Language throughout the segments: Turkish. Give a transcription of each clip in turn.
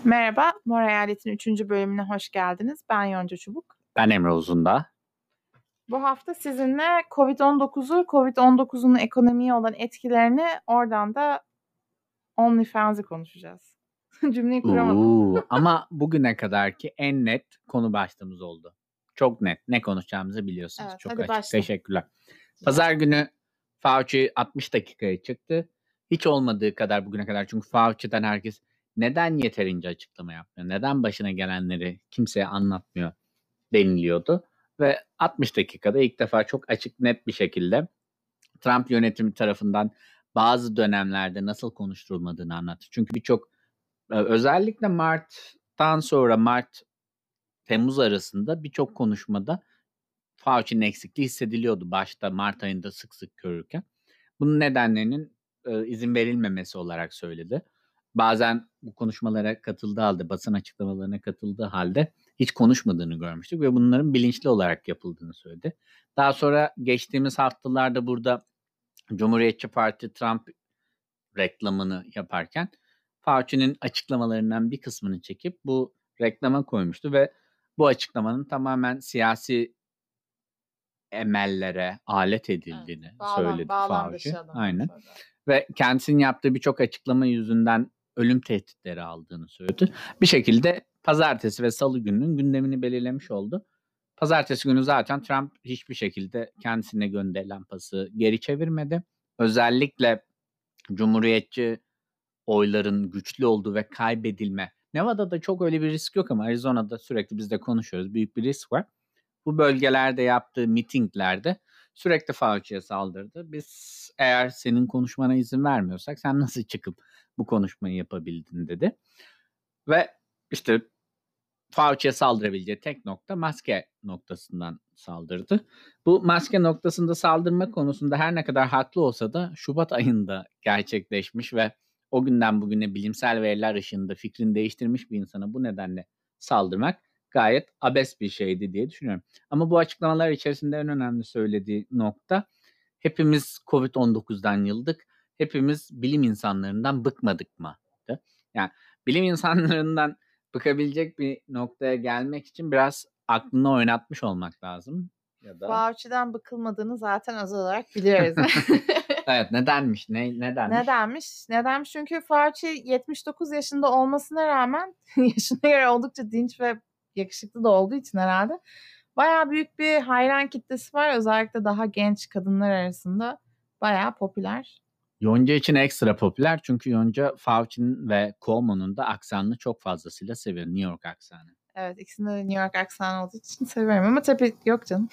Merhaba, Mor Eyalet'in 3. bölümüne hoş geldiniz. Ben Yonca Çubuk. Ben Emre Uzundağ. Bu hafta sizinle COVID-19'un ekonomiye olan etkilerini, oradan da OnlyFans'ı konuşacağız. Cümleyi kuramadım. Ama bugüne kadarki en net konu başlığımız oldu. Çok net. Ne konuşacağımızı biliyorsunuz. Evet, çok hadi açık. başla. Teşekkürler. Pazar günü Fauci 60 dakikaya çıktı. Hiç olmadığı kadar bugüne kadar. Çünkü Fauci'den herkes neden yeterince açıklama yapmıyor? Neden başına gelenleri kimseye anlatmıyor deniliyordu. Ve 60 dakikada ilk defa çok açık net bir şekilde Trump yönetimi tarafından bazı dönemlerde nasıl konuşturulmadığını anlattı. Çünkü birçok özellikle Mart-Temmuz arasında birçok konuşmada Fauci'nin eksikliği hissediliyordu başta Mart ayında sık sık görürken. Bunun nedenlerinin izin verilmemesi olarak söyledi. Bazen bu konuşmalara katıldığı halde, basın açıklamalarına katıldığı halde hiç konuşmadığını görmüştük ve bunların bilinçli olarak yapıldığını söyledi. Daha sonra geçtiğimiz haftalarda burada Cumhuriyetçi Parti Trump reklamını yaparken Fauci'nin açıklamalarından bir kısmını çekip bu reklama koymuştu ve bu açıklamanın tamamen siyasi emellere alet edildiğini söyledi Fauci. Aynen. Ve kendisinin yaptığı birçok açıklama yüzünden ölüm tehditleri aldığını söyledi. Bir şekilde pazartesi ve salı gününün gündemini belirlemiş oldu. Pazartesi günü zaten Trump hiçbir şekilde kendisine gönderilen pası geri çevirmedi. Özellikle Cumhuriyetçi oyların güçlü olduğu ve kaybedilme. Nevada'da çok öyle bir risk yok ama Arizona'da sürekli biz de konuşuyoruz. Büyük bir risk var. Bu bölgelerde yaptığı mitinglerde sürekli Fauci'ye saldırdı. Biz eğer senin konuşmana izin vermiyorsak sen nasıl çıkıp bu konuşmayı yapabildin dedi. Ve işte Fauci'ye saldırabileceği tek nokta maske noktasından saldırdı. Bu maske noktasında saldırma konusunda her ne kadar haklı olsa da Şubat ayında gerçekleşmiş ve o günden bugüne bilimsel veriler ışığında fikrini değiştirmiş bir insana bu nedenle saldırmak gayet abes bir şeydi diye düşünüyorum. Ama bu açıklamalar içerisinde en önemli söylediği nokta hepimiz Covid-19'dan yıldık. Hepimiz bilim insanlarından bıkmadık mı? Yani bilim insanlarından bıkabilecek bir noktaya gelmek için biraz aklını oynatmış olmak lazım. Ya da Fauci'den bıkılmadığını zaten özel olarak biliyoruz. evet, nedenmiş? Nedenmiş? Nedenmiş? Çünkü Fauci 79 yaşında olmasına rağmen yaşına göre oldukça dinç ve yakışıklı da olduğu için herhalde bayağı büyük bir hayran kitlesi var. Özellikle daha genç kadınlar arasında bayağı popüler. Yonca için ekstra popüler çünkü Yonca Fauci'nin ve Cuomo'nun da aksanını çok fazlasıyla seviyor. New York aksanı. Evet, ikisinde de New York aksanı olduğu için seviyorum ama tabii yok canım.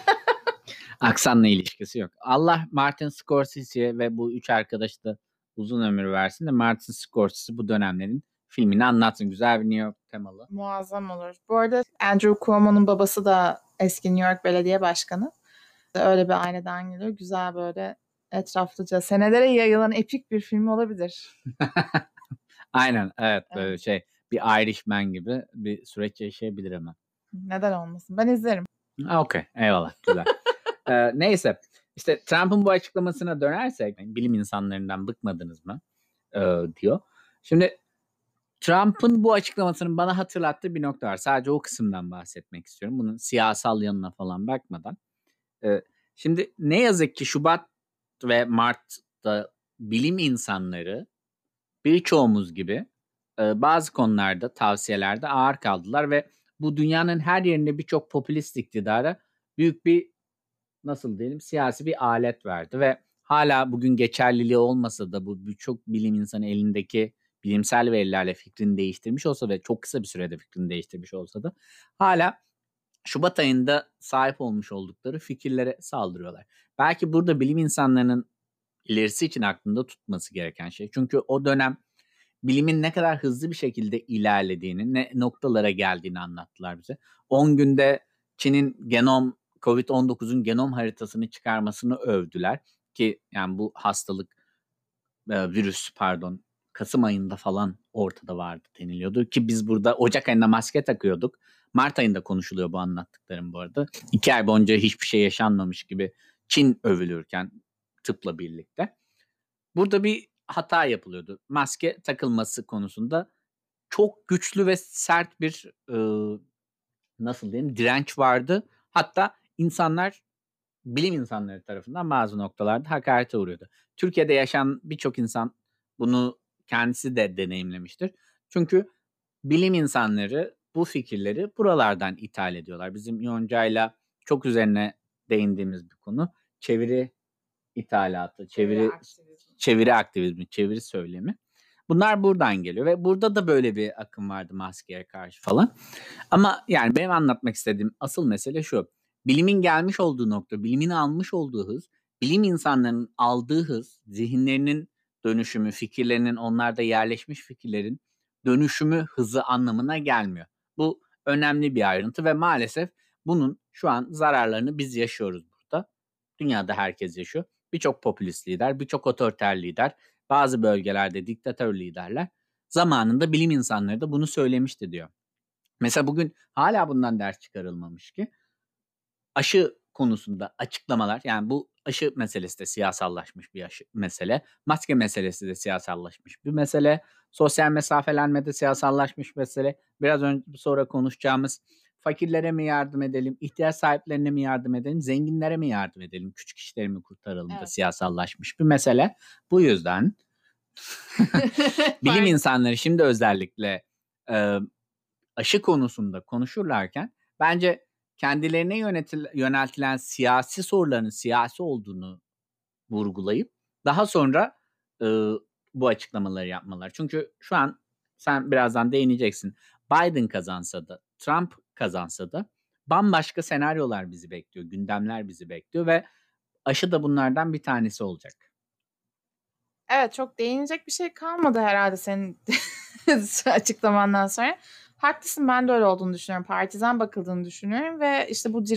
Aksanla ilişkisi yok. Allah Martin Scorsese'ye ve bu üç arkadaş da uzun ömür versin de Martin Scorsese bu dönemlerin filmini anlatsın. Güzel bir New York temalı. Muazzam olur. Bu arada Andrew Cuomo'nun babası da eski New York Belediye Başkanı. Öyle bir aileden geliyor. Güzel böyle etraflıca senelere yayılan epik bir film olabilir. Aynen, evet, böyle bir Irishman gibi bir süreç yaşayabilir ama. Neden olmasın? Ben izlerim. Okey, eyvallah, güzel. Neyse, işte Trump'ın bu açıklamasına dönersek bilim insanlarından bıkmadınız mı diyor. Şimdi Trump'ın bu açıklamasının bana hatırlattığı bir nokta var. Sadece o kısımdan bahsetmek istiyorum. Bunun siyasal yanına falan bakmadan. Şimdi ne yazık ki Şubat ve Mart'ta bilim insanları birçoğumuz gibi bazı konularda, tavsiyelerde ağır kaldılar ve bu dünyanın her yerinde birçok popülist iktidara büyük bir, nasıl diyelim, siyasi bir alet verdi ve hala bugün geçerliliği olmasa da bu birçok bilim insanı elindeki bilimsel verilerle fikrini değiştirmiş olsa ve çok kısa bir sürede fikrini değiştirmiş olsa da hala Şubat ayında sahip olmuş oldukları fikirlere saldırıyorlar. Belki burada bilim insanlarının ilerisi için aklında tutması gereken şey. Çünkü o dönem bilimin ne kadar hızlı bir şekilde ilerlediğini, ne noktalara geldiğini anlattılar bize. 10 günde Çin'in Covid-19'un genom haritasını çıkarmasını övdüler ki yani bu hastalık, virüs Kasım ayında falan ortada vardı deniliyordu ki biz burada Ocak ayında maske takıyorduk. Mart ayında konuşuluyor bu anlattıklarım bu arada. 2 ay boyunca hiçbir şey yaşanmamış gibi Çin övülürken tıpla birlikte. Burada bir hata yapılıyordu. Maske takılması konusunda çok güçlü ve sert bir nasıl diyeyim direnç vardı. Hatta bilim insanları tarafından bazı noktalarda hakarete uğruyordu. Türkiye'de yaşayan birçok insan bunu kendisi de deneyimlemiştir. Çünkü bilim insanları bu fikirleri buralardan ithal ediyorlar. Bizim Yonca'yla çok üzerine değindiğimiz bir konu. Çeviri ithalatı, çeviri aktivizmi, çeviri söylemi. Bunlar buradan geliyor ve burada da böyle bir akım vardı maskeye karşı falan. Ama yani benim anlatmak istediğim asıl mesele şu. Bilimin gelmiş olduğu nokta, bilimin almış olduğu hız, bilim insanlarının aldığı hız, zihinlerinin dönüşümü, fikirlerinin onlarda yerleşmiş fikirlerin dönüşümü hızı anlamına gelmiyor. Bu önemli bir ayrıntı ve maalesef bunun şu an zararlarını biz yaşıyoruz burada. Dünyada herkes yaşıyor. Birçok popülist lider, birçok otoriter lider, bazı bölgelerde diktatör liderler zamanında bilim insanları da bunu söylemişti diyor. Mesela bugün hala bundan ders çıkarılmamış ki aşı konusunda açıklamalar, yani bu aşı meselesi de siyasallaşmış bir mesele. Maske meselesi de siyasallaşmış bir mesele. Sosyal mesafelenme de siyasallaşmış mesele. Biraz sonra konuşacağımız fakirlere mi yardım edelim, ihtiyaç sahiplerine mi yardım edelim, zenginlere mi yardım edelim, küçük işleri mi kurtaralım da siyasallaşmış bir mesele. Bu yüzden bilim insanları şimdi özellikle aşı konusunda konuşurlarken bence kendilerine yöneltilen siyasi soruların siyasi olduğunu vurgulayıp daha sonra bu açıklamaları yapmalar. Çünkü şu an sen birazdan değineceksin. Biden kazansa da, Trump kazansa da bambaşka senaryolar bizi bekliyor, gündemler bizi bekliyor ve aşı da bunlardan bir tanesi olacak. Evet, çok değinecek bir şey kalmadı herhalde senin açıklamandan sonra. Haklısın, ben de öyle olduğunu düşünüyorum. Partizan bakıldığını düşünüyorum ve işte bu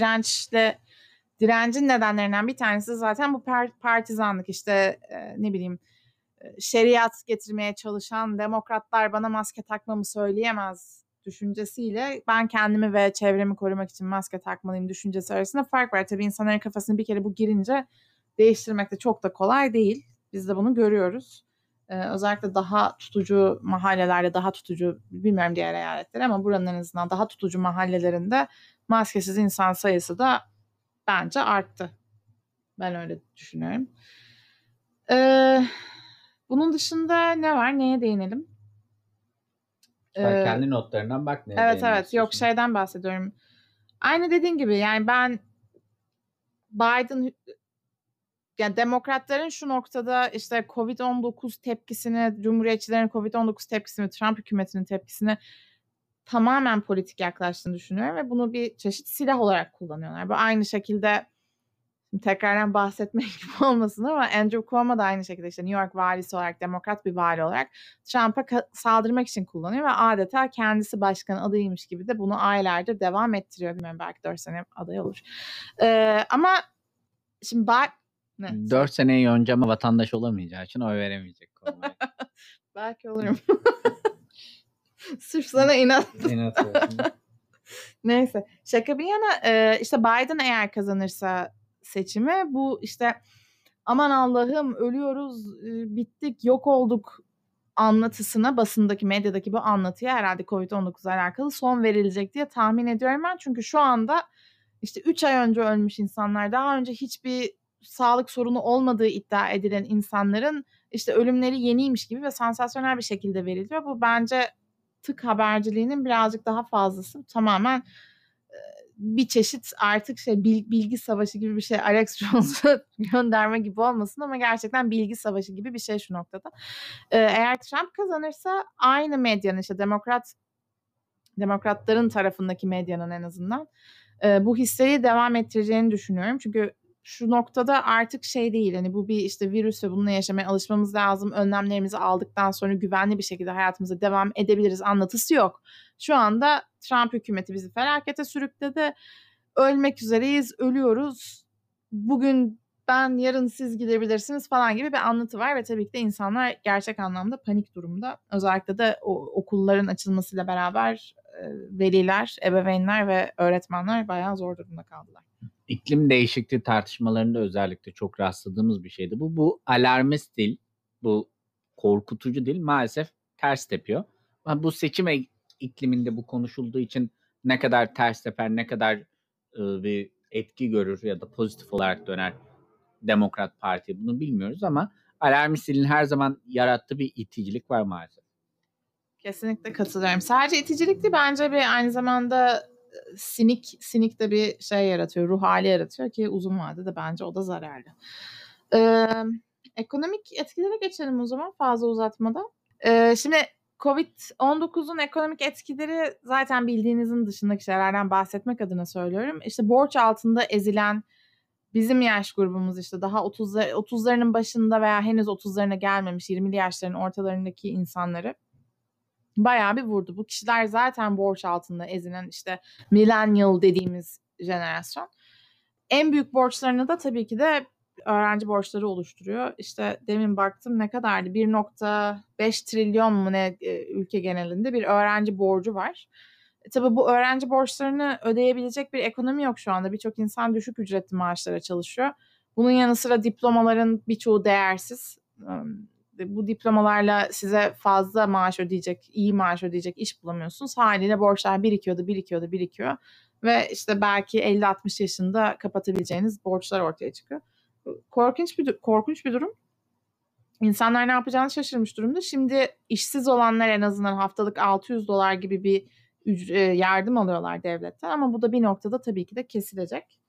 direncin nedenlerinden bir tanesi zaten bu partizanlık. İşte ne bileyim, şeriat getirmeye çalışan demokratlar bana maske takmamı söyleyemez düşüncesiyle ben kendimi ve çevremi korumak için maske takmalıyım düşüncesi arasında fark var. Tabii insanların kafasına bir kere bu girince değiştirmek de çok da kolay değil. Biz de bunu görüyoruz. Özellikle daha tutucu mahallelerde, daha tutucu, bilmiyorum diğer eyaletler ama buranın en azından daha tutucu mahallelerinde maskesiz insan sayısı da bence arttı. Ben öyle düşünüyorum. Bunun dışında ne var? Neye değinelim? Sen kendi notlarından bak neye Evet. Yok, şeyden bahsediyorum. Aynı dediğin gibi yani ben Biden, yani demokratların şu noktada işte Covid-19 tepkisini, Cumhuriyetçilerin Covid-19 tepkisini, Trump hükümetinin tepkisini tamamen politik yaklaştığını düşünüyorum ve bunu bir çeşit silah olarak kullanıyorlar. Bu aynı şekilde tekrardan bahsetmek gibi olmasın ama Andrew Cuomo da aynı şekilde işte New York valisi olarak, demokrat bir vali olarak Trump'a saldırmak için kullanıyor ve adeta kendisi başkan adayıymış gibi de bunu aylardır devam ettiriyor. Bilmiyorum, belki 4 sene aday olur. Ama şimdi 4 seneyi önce ama vatandaş olamayacağı için oy veremeyecek. Belki olurum. Sırf sana inat. Neyse, şaka bir yana işte Biden eğer kazanırsa seçimi, bu işte aman Allah'ım ölüyoruz, bittik, yok olduk anlatısına, basındaki, medyadaki bu anlatıya herhalde Covid-19'la alakalı son verilecek diye tahmin ediyorum ben. Çünkü şu anda işte 3 ay önce ölmüş insanlar, daha önce hiçbir sağlık sorunu olmadığı iddia edilen insanların işte ölümleri yeniymiş gibi ve sansasyonel bir şekilde veriliyor. Bu bence tık haberciliğinin birazcık daha fazlası. Tamamen bir çeşit artık bilgi savaşı gibi bir şey. Alex Jones'u gönderme gibi olmasın ama gerçekten bilgi savaşı gibi bir şey şu noktada. Eğer Trump kazanırsa aynı medyanın, işte demokratların tarafındaki medyanın en azından bu hisleri devam ettireceğini düşünüyorum. Çünkü şu noktada artık şey değil, hani bu bir işte virüs ve bununla yaşamaya alışmamız lazım. Önlemlerimizi aldıktan sonra güvenli bir şekilde hayatımıza devam edebiliriz anlatısı yok. Şu anda Trump hükümeti bizi felakete sürükledi. Ölmek üzereyiz, ölüyoruz. Bugün ben, yarın siz gidebilirsiniz falan gibi bir anlatı var ve tabii ki de insanlar gerçek anlamda panik durumda. Özellikle de okulların açılmasıyla beraber veliler, ebeveynler ve öğretmenler bayağı zor durumda kaldılar. İklim değişikliği tartışmalarında özellikle çok rastladığımız bir şeydi. Bu alarmist değil, bu korkutucu değil, maalesef ters tepiyor. bu seçim ikliminde bu konuşulduğu için ne kadar ters teper, ne kadar bir etki görür ya da pozitif olarak döner Demokrat Parti, bunu bilmiyoruz ama Alarmistil'in her zaman yarattığı bir iticilik var maalesef. Kesinlikle katılıyorum. Sadece iticilik değil, bence bir aynı zamanda sinik de bir şey yaratıyor, ruh hali yaratıyor ki uzun vadede bence o da zararlı. Ekonomik etkilere geçelim o zaman fazla uzatmadan. Şimdi Covid-19'un ekonomik etkileri zaten bildiğinizin dışındaki şeylerden bahsetmek adına söylüyorum. İşte borç altında ezilen bizim yaş grubumuz, işte daha 30'larının başında veya henüz 30'larına gelmemiş 20'li yaşların ortalarındaki insanları bayağı bir vurdu. Bu kişiler zaten borç altında ezilen işte millennial dediğimiz jenerasyon. En büyük borçlarını da tabii ki de öğrenci borçları oluşturuyor. İşte demin baktım ne kadardı? 1.5 trilyon mu ne ülke genelinde bir öğrenci borcu var. Tabii bu öğrenci borçlarını ödeyebilecek bir ekonomi yok şu anda. Birçok insan düşük ücretli maaşlara çalışıyor. Bunun yanı sıra diplomaların birçoğu değersiz. Bu diplomalarla size fazla maaş ödeyecek, iyi maaş ödeyecek iş bulamıyorsunuz. Haliyle borçlar birikiyor. Ve işte belki 50-60 yaşında kapatabileceğiniz borçlar ortaya çıkıyor. Korkunç bir durum. İnsanlar ne yapacağını şaşırmış durumda. Şimdi işsiz olanlar en azından haftalık $600 gibi bir yardım alıyorlar devletten. Ama bu da bir noktada tabii ki de kesilecek.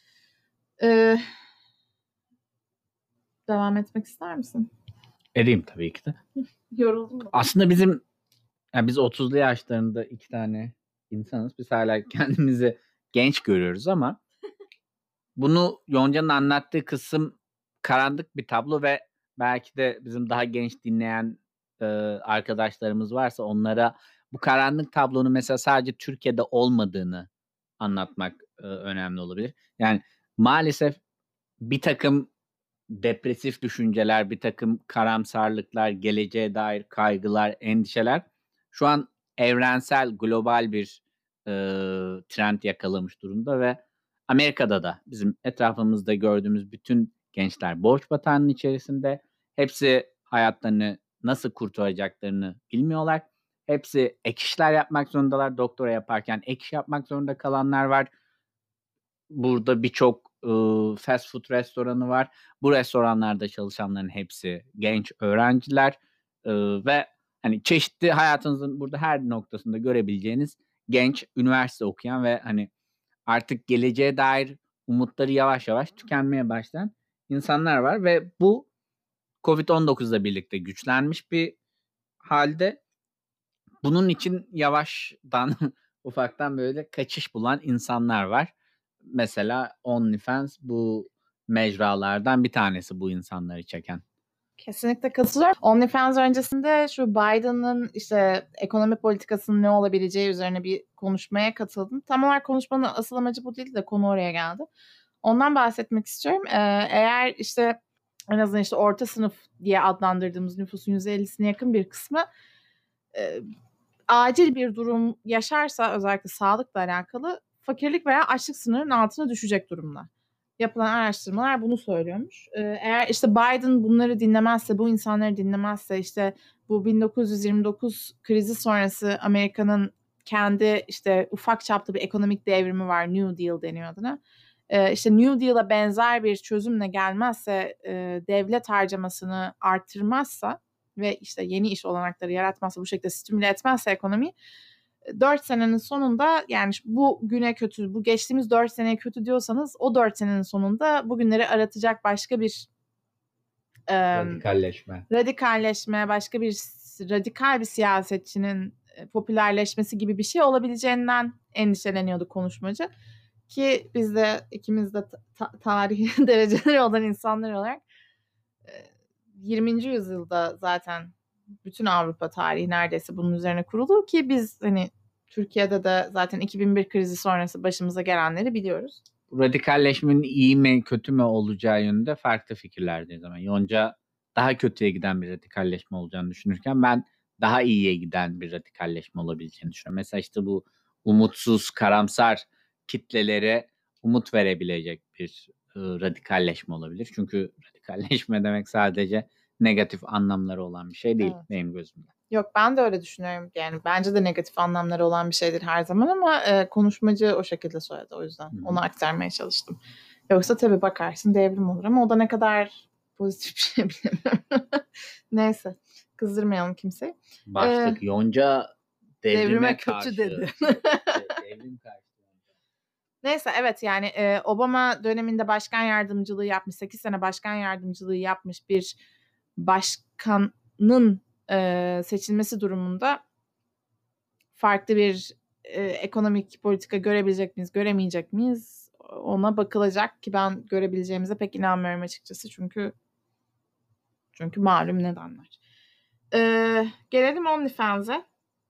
Devam etmek ister misin? Edeyim tabii ki de. Yoruldum mu? Aslında biz 30'lu yaşlarında iki tane insanız. Biz hala kendimizi genç görüyoruz ama bunu Yonca'nın anlattığı kısım karanlık bir tablo ve belki de bizim daha genç dinleyen arkadaşlarımız varsa onlara bu karanlık tablonun mesela sadece Türkiye'de olmadığını anlatmak önemli olabilir. Yani maalesef bir takım depresif düşünceler, bir takım karamsarlıklar, geleceğe dair kaygılar, endişeler şu an evrensel, global bir trend yakalamış durumda ve Amerika'da da bizim etrafımızda gördüğümüz bütün gençler borç batağının içerisinde. Hepsi hayatlarını nasıl kurtaracaklarını bilmiyorlar. Hepsi ek işler yapmak zorundalar. Doktora yaparken ek iş yapmak zorunda kalanlar var. Burada birçok fast food restoranı var. Bu restoranlarda çalışanların hepsi genç öğrenciler ve hani çeşitli hayatınızın burada her noktasında görebileceğiniz genç üniversite okuyan ve hani artık geleceğe dair umutları yavaş yavaş tükenmeye başlayan insanlar var ve bu Covid-19'la birlikte güçlenmiş bir halde. Bunun için yavaştan ufaktan böyle kaçış bulan insanlar var. Mesela OnlyFans bu mecralardan bir tanesi bu insanları çeken. Kesinlikle katılıyorum. OnlyFans öncesinde şu Biden'ın işte ekonomi politikasının ne olabileceği üzerine bir konuşmaya katıldım. Tam olarak konuşmanın asıl amacı bu değil de konu oraya geldi. Ondan bahsetmek istiyorum. Eğer işte en azından işte orta sınıf diye adlandırdığımız nüfusun %50'sine yakın bir kısmı acil bir durum yaşarsa, özellikle sağlıkla alakalı, fakirlik veya açlık sınırının altına düşecek durumda. Yapılan araştırmalar bunu söylüyormuş. Eğer işte Biden bunları dinlemezse, bu insanları dinlemezse, işte bu 1929 krizi sonrası Amerika'nın kendi işte ufak çaplı bir ekonomik devrimi var. New Deal deniyor adına. İşte New Deal'a benzer bir çözümle gelmezse, devlet harcamasını artırmazsa ve işte yeni iş olanakları yaratmazsa, bu şekilde stimüle etmezse ekonomiyi, 4 senenin sonunda, yani bu güne kötü, bu geçtiğimiz 4 seneye kötü diyorsanız, o 4 senenin sonunda bugünleri aratacak başka bir radikalleşme, başka bir radikal bir siyasetçinin popülerleşmesi gibi bir şey olabileceğinden endişeleniyordu konuşmacı. Ki biz de ikimiz de tarihi dereceleri olan insanlar olarak 20. yüzyılda zaten bütün Avrupa tarihi neredeyse bunun üzerine kurulu ki biz hani Türkiye'de de zaten 2001 krizi sonrası başımıza gelenleri biliyoruz. Radikalleşmenin iyi mi kötü mü olacağı yönünde farklı fikirlerdeyiz ama Yonca daha kötüye giden bir radikalleşme olacağını düşünürken ben daha iyiye giden bir radikalleşme olabileceğini düşünüyorum. Mesela işte bu umutsuz, karamsar kitlelere umut verebilecek bir radikalleşme olabilir. Çünkü radikalleşme demek sadece negatif anlamları olan bir şey değil benim gözümde. Yok, ben de öyle düşünüyorum. Yani bence de negatif anlamları olan bir şeydir her zaman ama konuşmacı o şekilde söyledi. O yüzden onu aktarmaya çalıştım. Yoksa tabii bakarsın devrim olur ama o da ne kadar pozitif bir şey bilemiyorum. Neyse, kızdırmayalım kimseyi. Başlık Yonca devrime kötü karşı. dedi. Devrim karşı. Neyse, evet, yani Obama döneminde başkan yardımcılığı yapmış, 8 sene başkan yardımcılığı yapmış bir başkanın seçilmesi durumunda farklı bir ekonomik politika görebilecek miyiz, göremeyecek miyiz? Ona bakılacak ki ben görebileceğimize pek inanmıyorum açıkçası. Çünkü malum nedenler. Gelelim OnlyFans'e.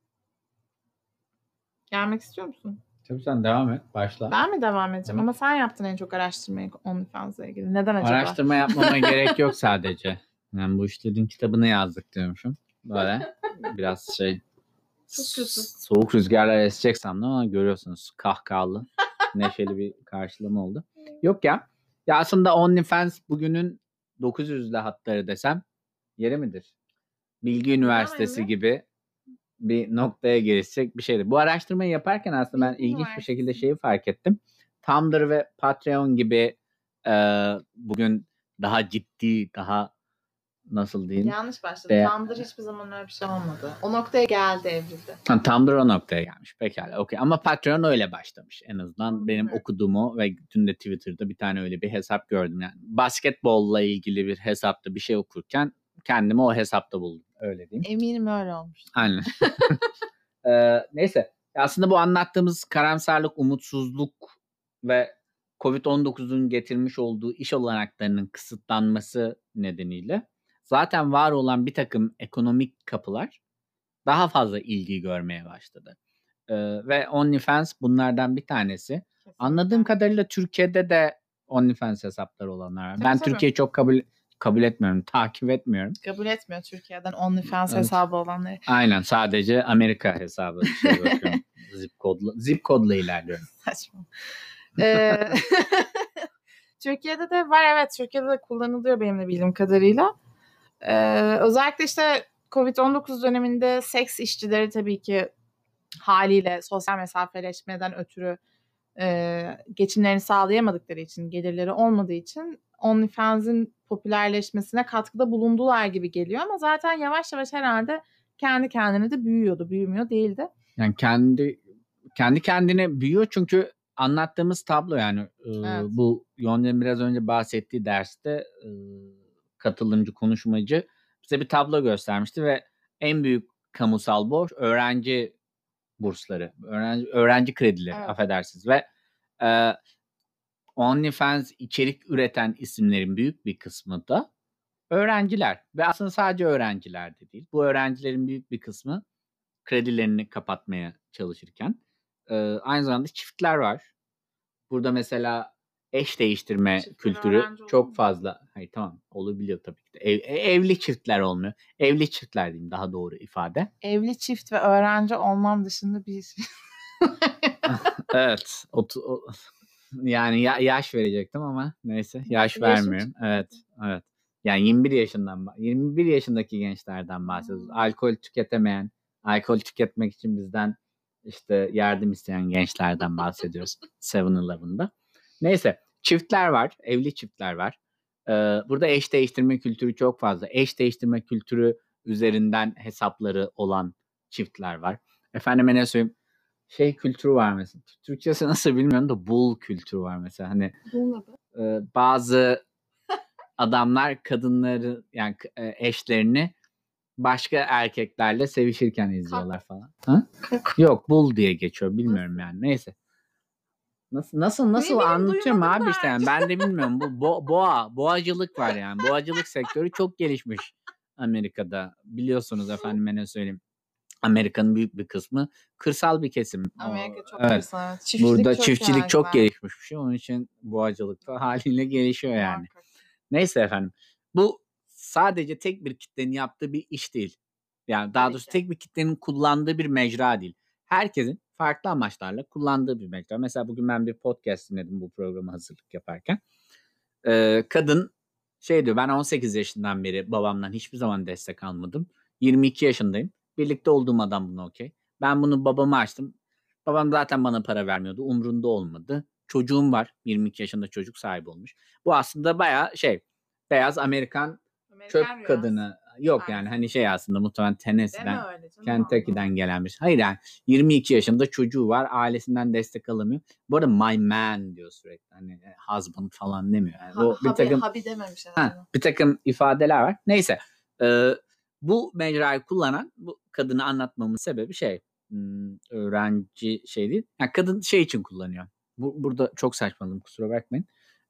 Gelmek istiyor musun? Tabii sen devam et. Başla. Ben mi devam edeceğim? Ama sen yaptın en çok araştırmayı OnlyFans'la ilgili. Neden acaba? Araştırma yapmama gerek yok sadece. Yani bu işlerin kitabını yazdık diyormuşum. Böyle biraz soğuk rüzgarlar esecek sandım ama görüyorsunuz kahkahalı, neşeli bir karşılama oldu. Yok ya. Ya aslında OnlyFans bugünün 900'lü hatları desem yeri midir? Bilgi Üniversitesi gibi bir noktaya gelişecek bir şeydi. Bu araştırmayı yaparken aslında ben ilginç bir şekilde şeyi fark ettim. Tumblr ve Patreon gibi bugün daha ciddi, daha nasıl diyeyim? Yanlış başladı. Tumblr hiçbir zaman öyle bir şey olmadı. O noktaya geldi, evrildi. Tumblr o noktaya gelmiş. Pekala. Okay. Ama Patreon öyle başlamış. En azından benim okuduğumu ve dün de Twitter'da bir tane öyle bir hesap gördüm. Yani basketbolla ilgili bir hesapta bir şey okurken kendimi o hesapta buldum. Öyle diyeyim. Eminim öyle olmuş. Aynen. Neyse. Aslında bu anlattığımız karamsarlık, umutsuzluk ve Covid-19'un getirmiş olduğu iş olanaklarının kısıtlanması nedeniyle zaten var olan bir takım ekonomik kapılar daha fazla ilgi görmeye başladı. Ve OnlyFans bunlardan bir tanesi. Kesinlikle. Anladığım kadarıyla Türkiye'de de OnlyFans hesapları olanlar var. Ben Türkiye'yi çok kabul etmiyorum, takip etmiyorum. Kabul etmiyor Türkiye'den OnlyFans hesabı olanları. Aynen, sadece Amerika hesabı bakıyorum. Zip kodla ilerliyorum. Saçma. Türkiye'de de var, evet. Türkiye'de de kullanılıyor benim de bildiğim kadarıyla. Özellikle işte Covid-19 döneminde seks işçileri tabii ki haliyle sosyal mesafeleşmeden ötürü geçimlerini sağlayamadıkları için, gelirleri olmadığı için OnlyFans'in popülerleşmesine katkıda bulundular gibi geliyor ama zaten yavaş yavaş herhalde kendi kendine de büyüyordu. Büyümüyor değildi. Yani kendi kendine büyüyor çünkü anlattığımız tablo yani evet. Bu Yonca'nın biraz önce bahsettiği derste katılımcı, konuşmacı bize bir tablo göstermişti ve en büyük kamusal borç öğrenci bursları, öğrenci kredileri, evet. Affedersiniz ve OnlyFans içerik üreten isimlerin büyük bir kısmı da öğrenciler ve aslında sadece öğrenciler de değil. Bu öğrencilerin büyük bir kısmı kredilerini kapatmaya çalışırken aynı zamanda çiftler var. Burada mesela eş değiştirme kültürü çok fazla. Hayır, tamam, olabiliyor tabii ki de. Evli çiftler olmuyor. Evli çiftler diyeyim daha doğru ifade. Evli çift ve öğrenci olmam dışında bir şey. Evet. Yani yaş verecektim ama neyse yaş vermiyorum. Evet. Yani 21 yaşındaki gençlerden bahsediyoruz. Alkol tüketemeyen, alkol tüketmek için bizden işte yardım isteyen gençlerden bahsediyoruz 7-Eleven'da. Neyse, çiftler var, evli çiftler var. Burada eş değiştirme kültürü çok fazla. Eş değiştirme kültürü üzerinden hesapları olan çiftler var. Efendime ne söyleyeyim? Kültürü var mesela. Türkçesi nasıl bilmiyorum da bull kültürü var mesela. Hani bazı adamlar kadınları yani eşlerini başka erkeklerle sevişirken izliyorlar falan. Ha? Yok, bull diye geçiyor. Bilmiyorum yani. Neyse. Nasıl anlatıyorum abi işte yani. Ben de bilmiyorum. Bu boğacılık var yani. Boğacılık sektörü çok gelişmiş Amerika'da. Biliyorsunuz efendime ne söyleyeyim. Amerika'nın büyük bir kısmı kırsal bir kesim. Amerika çok kırsal. Evet. Burada çiftçilik çok gelişmiş bir şey. Onun için boğacılık da haliyle gelişiyor yani. Neyse efendim. Bu sadece tek bir kitlenin yaptığı bir iş değil. Yani daha doğrusu tek bir kitlenin kullandığı bir mecra değil. Herkesin farklı amaçlarla kullandığı bir mecra. Mesela bugün ben bir podcast dinledim bu programa hazırlık yaparken. Kadın diyor, ben 18 yaşından beri babamdan hiçbir zaman destek almadım. 22 yaşındayım. Birlikte olduğum adam buna okey. Ben bunu babama açtım. Babam zaten bana para vermiyordu. Umrunda olmadı. Çocuğum var. 22 yaşında çocuk sahibi olmuş. Bu aslında bayağı beyaz Amerikan çöp Amerikan rüyası. kadını. Yok yani Aynen. hani aslında muhtemelen Deme Tennessee'den, öyle canım. Kentucky'den gelen bir şey. Hayır yani 22 yaşında çocuğu var. Ailesinden destek alamıyor. Bu arada my man diyor sürekli. Hani husband falan demiyor. Yani o bir takım Habi dememiş herhalde. bir takım ifadeler var. Neyse. Bu mecrayı kullanan bu kadını anlatmamın sebebi öğrenci değil. Yani kadın için kullanıyor. Burada çok saçmaladım, kusura bakmayın.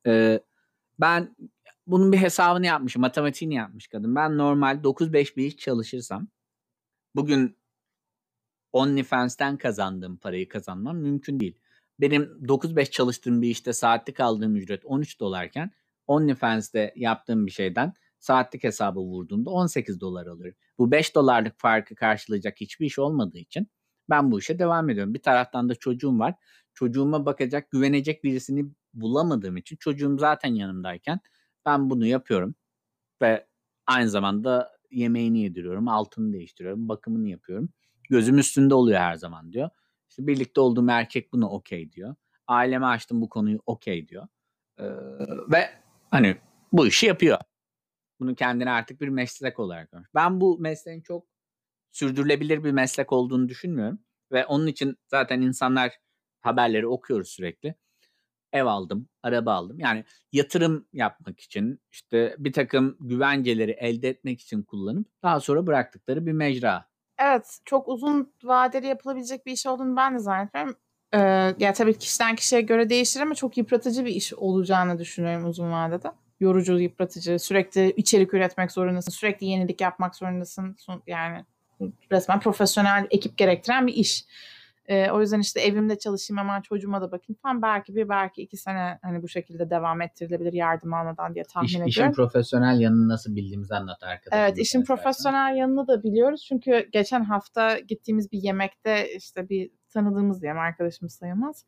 Ben bunun bir hesabını yapmışım. Matematiğini yapmış kadın. Ben normal 9-5 bir iş çalışırsam bugün OnlyFans'ten kazandığım parayı kazanmam mümkün değil. Benim 9-5 çalıştığım bir işte saatlik aldığım ücret $13 OnlyFans'te yaptığım bir şeyden saatlik hesabı vurduğumda $18 alıyorum. Bu $5 farkı karşılayacak hiçbir iş olmadığı için ben bu işe devam ediyorum. Bir taraftan da çocuğum var. Çocuğuma bakacak, güvenecek birisini bulamadığım için çocuğum zaten yanımdayken ben bunu yapıyorum. Ve aynı zamanda yemeğini yediriyorum, altını değiştiriyorum, bakımını yapıyorum. Gözüm üstünde oluyor her zaman diyor. İşte birlikte olduğum erkek buna okey diyor. Aileme açtım bu konuyu okey diyor. Ve hani bu işi yapıyor. Bunu kendine artık bir meslek olarak görmüş. Ben bu mesleğin çok sürdürülebilir bir meslek olduğunu düşünmüyorum. Ve onun için zaten insanlar haberleri okuyoruz sürekli. Ev aldım, araba aldım. Yani yatırım yapmak için işte bir takım güvenceleri elde etmek için kullanıp daha sonra bıraktıkları bir mecra. Evet, çok uzun vadeli yapılabilecek bir iş olduğunu ben de zannetmiyorum. Ya tabii kişiden kişiye göre değişir ama çok yıpratıcı bir iş olacağını düşünüyorum uzun vadede. Yorucu, yıpratıcı, sürekli içerik üretmek zorundasın, sürekli yenilik yapmak zorundasın. Yani resmen profesyonel ekip gerektiren bir iş. O yüzden işte evimde çalışayım ama çocuğuma da bakayım falan belki 2 sene hani bu şekilde devam ettirilebilir yardım almadan diye tahmin ediyorum. İşin profesyonel yanını nasıl bildiğimizi anlat arkadaşlar. Evet, işin profesyonel yanını da biliyoruz. Çünkü geçen hafta gittiğimiz bir yemekte işte bir tanıdığımız diyeyim, arkadaşımız sayılmaz.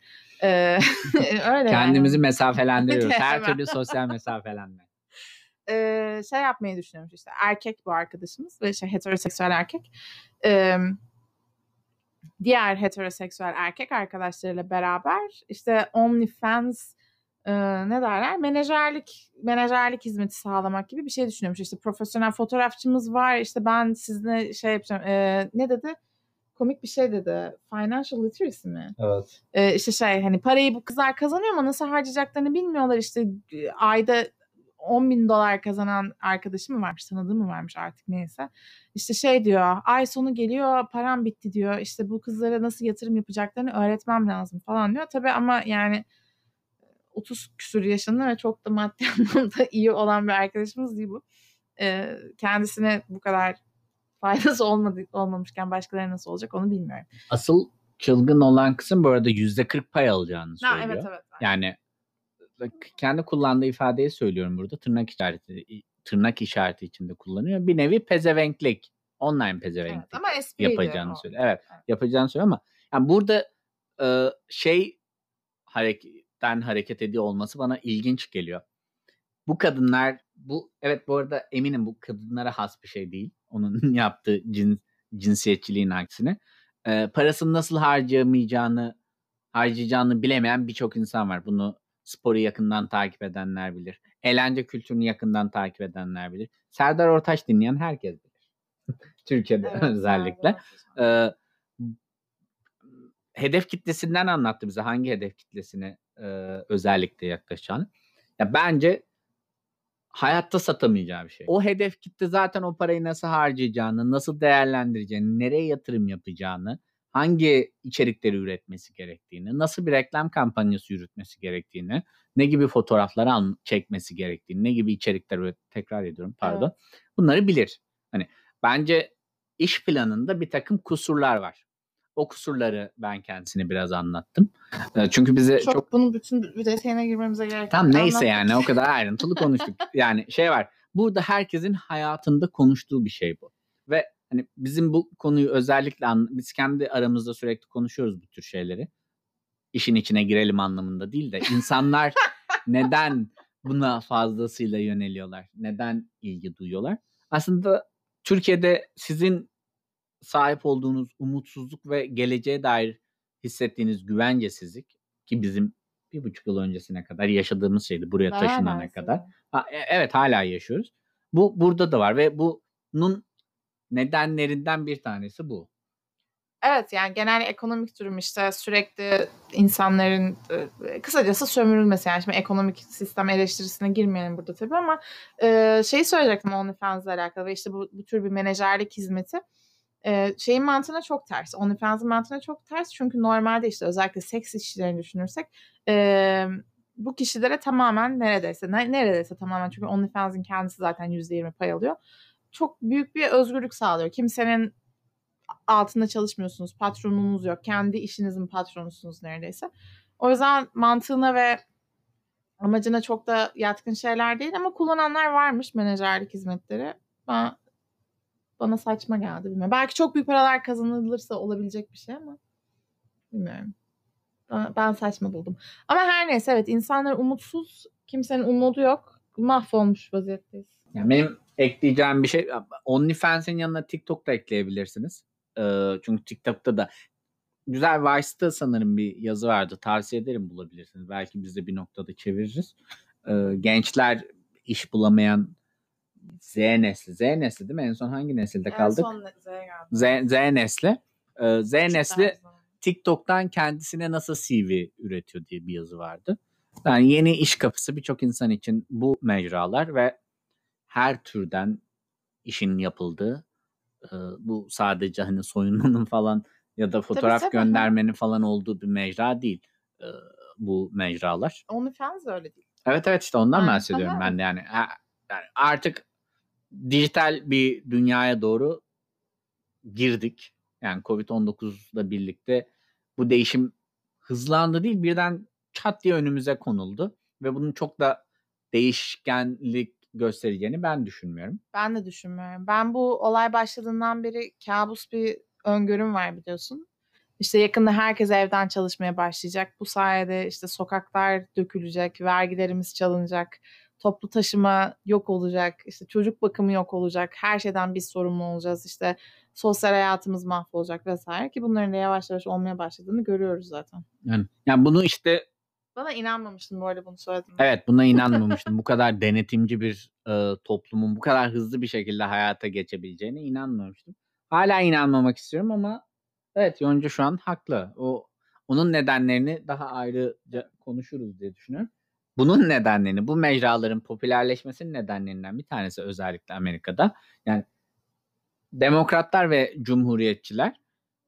Öyle kendimizi yani. Mesafelendiriyoruz. Her türlü sosyal mesafelenme. Yapmayı düşünüyormuş işte. Erkek bu arkadaşımız ve heteroseksüel erkek. Diğer heteroseksüel erkek arkadaşlarıyla beraber işte OnlyFans ne derler? Menajerlik hizmeti sağlamak gibi bir şey düşünüyormuş. İşte profesyonel fotoğrafçımız var. İşte ben sizinle yapacağım. Ne dedi? Komik bir şey dedi. Financial literacy mi? Evet. İşte hani parayı bu kızlar kazanıyor ama nasıl harcayacaklarını bilmiyorlar. İşte ayda $10,000 kazanan arkadaşı mı varmış, tanıdığı mı varmış artık neyse. İşte diyor, ay sonu geliyor, param bitti diyor. İşte bu kızlara nasıl yatırım yapacaklarını öğretmem lazım falan diyor. Tabii ama yani 30 küsur yaşında ve çok da maddi anlamda iyi olan bir arkadaşımız değil bu. Kendisine bu kadar faydası olmamışken başkaları nasıl olacak onu bilmiyorum. Asıl çılgın olan kısım bu arada %40 pay alacağını söylüyor. Evet. Yani kendi kullandığı ifadeyi söylüyorum burada. Tırnak işareti içinde kullanıyor. Bir nevi pezevenklik. Online pezevenklik. Evet, ama yapacağını söylüyor. Evet, yapacağını söylüyor ama yani burada hareketten hareket ediyor olması bana ilginç geliyor. Bu kadınlar bu arada eminim bu kadınlara has bir şey değil. Onun yaptığı cinsiyetçiliğin aksine. Parasını nasıl harcayacağını bilemeyen birçok insan var. Bunu sporu yakından takip edenler bilir. Eğlence kültürünü yakından takip edenler bilir. Serdar Ortaç dinleyen herkes bilir. Türkiye'de özellikle. Hedef kitlesinden anlattı bize hangi hedef kitlesine özellikle yaklaşacağını. Ya bence hayatta satamayacağı bir şey. O hedef kitle zaten o parayı nasıl harcayacağını, nasıl değerlendireceğini, nereye yatırım yapacağını, hangi içerikleri üretmesi gerektiğini, nasıl bir reklam kampanyası yürütmesi gerektiğini, ne gibi fotoğraflar çekmesi gerektiğini, ne gibi içerikler tekrar ediyorum pardon. Evet. Bunları bilir. Hani bence iş planında bir takım kusurlar var. O kusurları ben kendisine biraz anlattım. Çünkü bize çok bunun bütün detayına girmemize gerek yok. Tam neyse yani o kadar ayrıntılı konuştuk. Yani var. Burada herkesin hayatında konuştuğu bir şey bu. Ve hani bizim bu konuyu özellikle biz kendi aramızda sürekli konuşuyoruz bu tür şeyleri. İşin içine girelim anlamında değil de insanlar neden buna fazlasıyla yöneliyorlar? Neden ilgi duyuyorlar? Aslında Türkiye'de sizin sahip olduğunuz umutsuzluk ve geleceğe dair hissettiğiniz güvencesizlik ki bizim 1,5 yıl öncesine kadar yaşadığımız şeydi buraya Daha taşınana ben kadar. seviyorum. Evet hala yaşıyoruz. Bu burada da var ve bunun nedenlerinden bir tanesi bu. Evet, yani genel ekonomik durum işte sürekli insanların kısacası sömürülmesi. Yani şimdi ekonomik sistem eleştirisine girmeyelim burada tabii ama şeyi söyleyecektim OnlyFans'la alakalı ve işte bu tür bir menajerlik hizmeti şeyin mantığına çok ters. OnlyFans'ın mantığına çok ters çünkü normalde işte özellikle seks işçilerini düşünürsek bu kişilere tamamen neredeyse tamamen çünkü OnlyFans'ın kendisi zaten %20 pay alıyor. Çok büyük bir özgürlük sağlıyor. Kimsenin altında çalışmıyorsunuz. Patronunuz yok. Kendi işinizin patronusunuz neredeyse. O yüzden mantığına ve amacına çok da yatkın şeyler değil ama kullananlar varmış menajerlik hizmetleri. Bana saçma geldi bilmiyorum. Belki çok büyük paralar kazanılırsa olabilecek bir şey ama bilmiyorum. Ben saçma buldum. Ama her neyse evet insanlar umutsuz. Kimsenin umudu yok. Mahvolmuş vaziyetteyiz. Yani benim ekleyeceğim bir şey OnlyFans'in yanına TikTok da ekleyebilirsiniz. Çünkü TikTok'ta da güzel Vice'da sanırım bir yazı vardı. Tavsiye ederim bulabilirsiniz. Belki biz de bir noktada çeviririz. Gençler iş bulamayan Z nesli. Z nesli değil mi? En son hangi nesilde kaldık? En son Z'ye Z nesli. Z nesli Küçükler. TikTok'tan kendisine nasıl CV üretiyor diye bir yazı vardı. Yani yeni iş kapısı birçok insan için bu mecralar ve her türden işin yapıldığı bu sadece hani soyunmanın falan ya da fotoğraf Tabii. göndermenin falan olduğu bir mecra değil bu mecralar. OnlyFans da öyle değil. Evet işte ondan Aynen. bahsediyorum ben de yani artık dijital bir dünyaya doğru girdik. Yani Covid-19'la birlikte bu değişim hızlandı değil birden çat diye önümüze konuldu ve bunun çok da değişkenlik göstereceğini ben düşünmüyorum. Ben de düşünmüyorum. Ben bu olay başladığından beri kabus bir öngörüm var biliyorsun. İşte yakında herkes evden çalışmaya başlayacak. Bu sayede işte sokaklar dökülecek, vergilerimiz çalınacak, toplu taşıma yok olacak, işte çocuk bakımı yok olacak, her şeyden biz sorumlu olacağız. İşte sosyal hayatımız mahvolacak vesaire ki bunların da yavaş yavaş olmaya başladığını görüyoruz zaten. Yani bunu işte Bana inanmamıştın bu arada bunu söyledim. evet buna inanmamıştım. Bu kadar denetimci bir toplumun bu kadar hızlı bir şekilde hayata geçebileceğine inanmamıştım. Hala inanmamak istiyorum ama evet Yonca şu an haklı. Onun nedenlerini daha ayrıca konuşuruz diye düşünüyorum. Bunun nedenlerini, bu mecraların popülerleşmesinin nedenlerinden bir tanesi özellikle Amerika'da. Yani demokratlar ve cumhuriyetçiler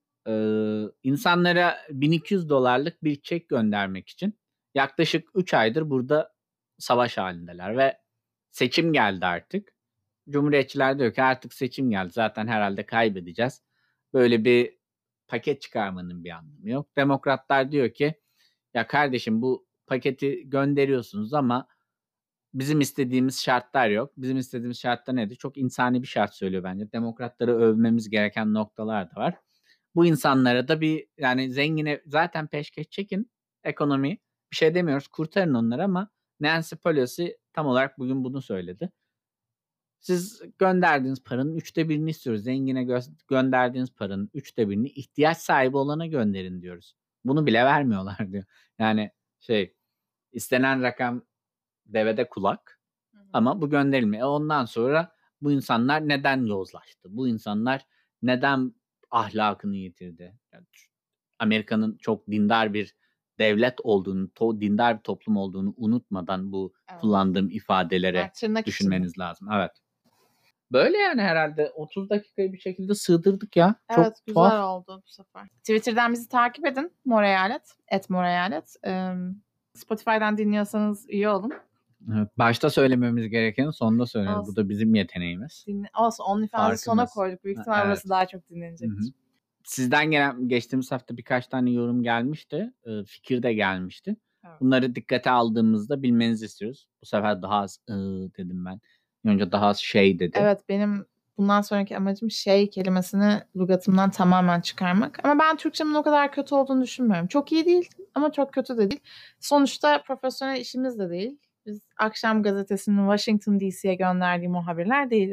insanlara $1200 bir çek göndermek için yaklaşık 3 aydır burada savaş halindeler ve seçim geldi artık. Cumhuriyetçiler diyor ki artık seçim geldi zaten herhalde kaybedeceğiz. Böyle bir paket çıkarmanın bir anlamı yok. Demokratlar diyor ki ya kardeşim bu paketi gönderiyorsunuz ama bizim istediğimiz şartlar yok. Bizim istediğimiz şartlar nedir? Çok insani bir şart söylüyor bence. Demokratları övmemiz gereken noktalar da var. Bu insanlara da bir yani zengine zaten peşkeş çekin ekonomi bir şey demiyoruz kurtarın onları ama Nancy Pelosi tam olarak bugün bunu söyledi. Siz gönderdiğiniz paranın 1/3'ünü istiyoruz. Zengine gönderdiğiniz paranın 1/3'ünü ihtiyaç sahibi olana gönderin diyoruz. Bunu bile vermiyorlar diyor. Yani istenen rakam devede kulak ama bu gönderilmiyor. Ondan sonra bu insanlar neden yozlaştı? Bu insanlar neden ahlakını yitirdi? Yani Amerika'nın çok dindar bir devlet olduğunu, dindar bir toplum olduğunu unutmadan bu kullandığım ifadelere düşünmeniz lazım. Evet. Böyle yani herhalde 30 dakikayı bir şekilde sığdırdık ya. Çok evet, güzel tuhaf. oldu bu sefer. Twitter'dan bizi takip edin. Moreyalet, @moreyalet. Spotify'dan dinliyorsanız üye olun. Evet, başta söylememiz gerekeni sonunda söylüyoruz. Bu da bizim yeteneğimiz. Olsun. OnlyFans'ı sona koyduk. Büyük ihtimal burası daha çok dinlenecektir. Sizden gelen geçtiğimiz hafta birkaç tane yorum gelmişti. Fikir de gelmişti. Evet. Bunları dikkate aldığımızda bilmenizi istiyoruz. Bu sefer daha az dedim ben. Önce daha az şey dedi. Evet benim bundan sonraki amacım şey kelimesini lügatımdan tamamen çıkarmak. Ama ben Türkçemin o kadar kötü olduğunu düşünmüyorum. Çok iyi değil ama çok kötü de değil. Sonuçta profesyonel işimiz de değil. Biz akşam gazetesinin Washington DC'ye gönderdiği muhabirler değiliz.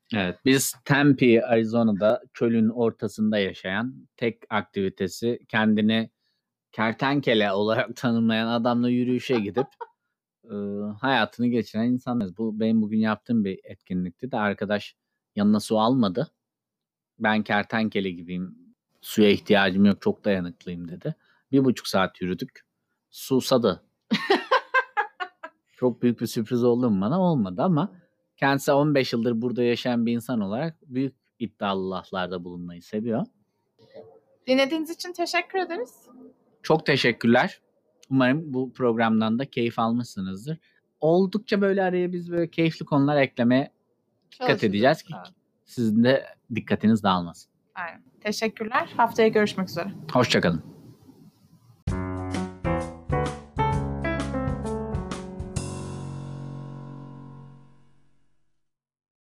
Evet, biz Tempe, Arizona'da çölün ortasında yaşayan, tek aktivitesi kendini kertenkele olarak tanımlayan adamla yürüyüşe gidip hayatını geçiren insanlarız. Bu benim bugün yaptığım bir etkinlikti de arkadaş yanına su almadı. Ben kertenkele gibiyim, suya ihtiyacım yok, çok dayanıklıyım dedi. 1,5 saat yürüdük. Susadı. Çok büyük bir sürpriz oldu mu bana? Olmadı ama kendisi 15 yıldır burada yaşayan bir insan olarak büyük iddialı laflarda bulunmayı seviyor. Dinlediğiniz için teşekkür ederiz. Çok teşekkürler. Umarım bu programdan da keyif almışsınızdır. Oldukça böyle araya biz böyle keyifli konular eklemeye dikkat edeceğiz ki sizin de dikkatiniz dağılmasın. Aynen. Teşekkürler. Haftaya görüşmek üzere. Hoşça kalın.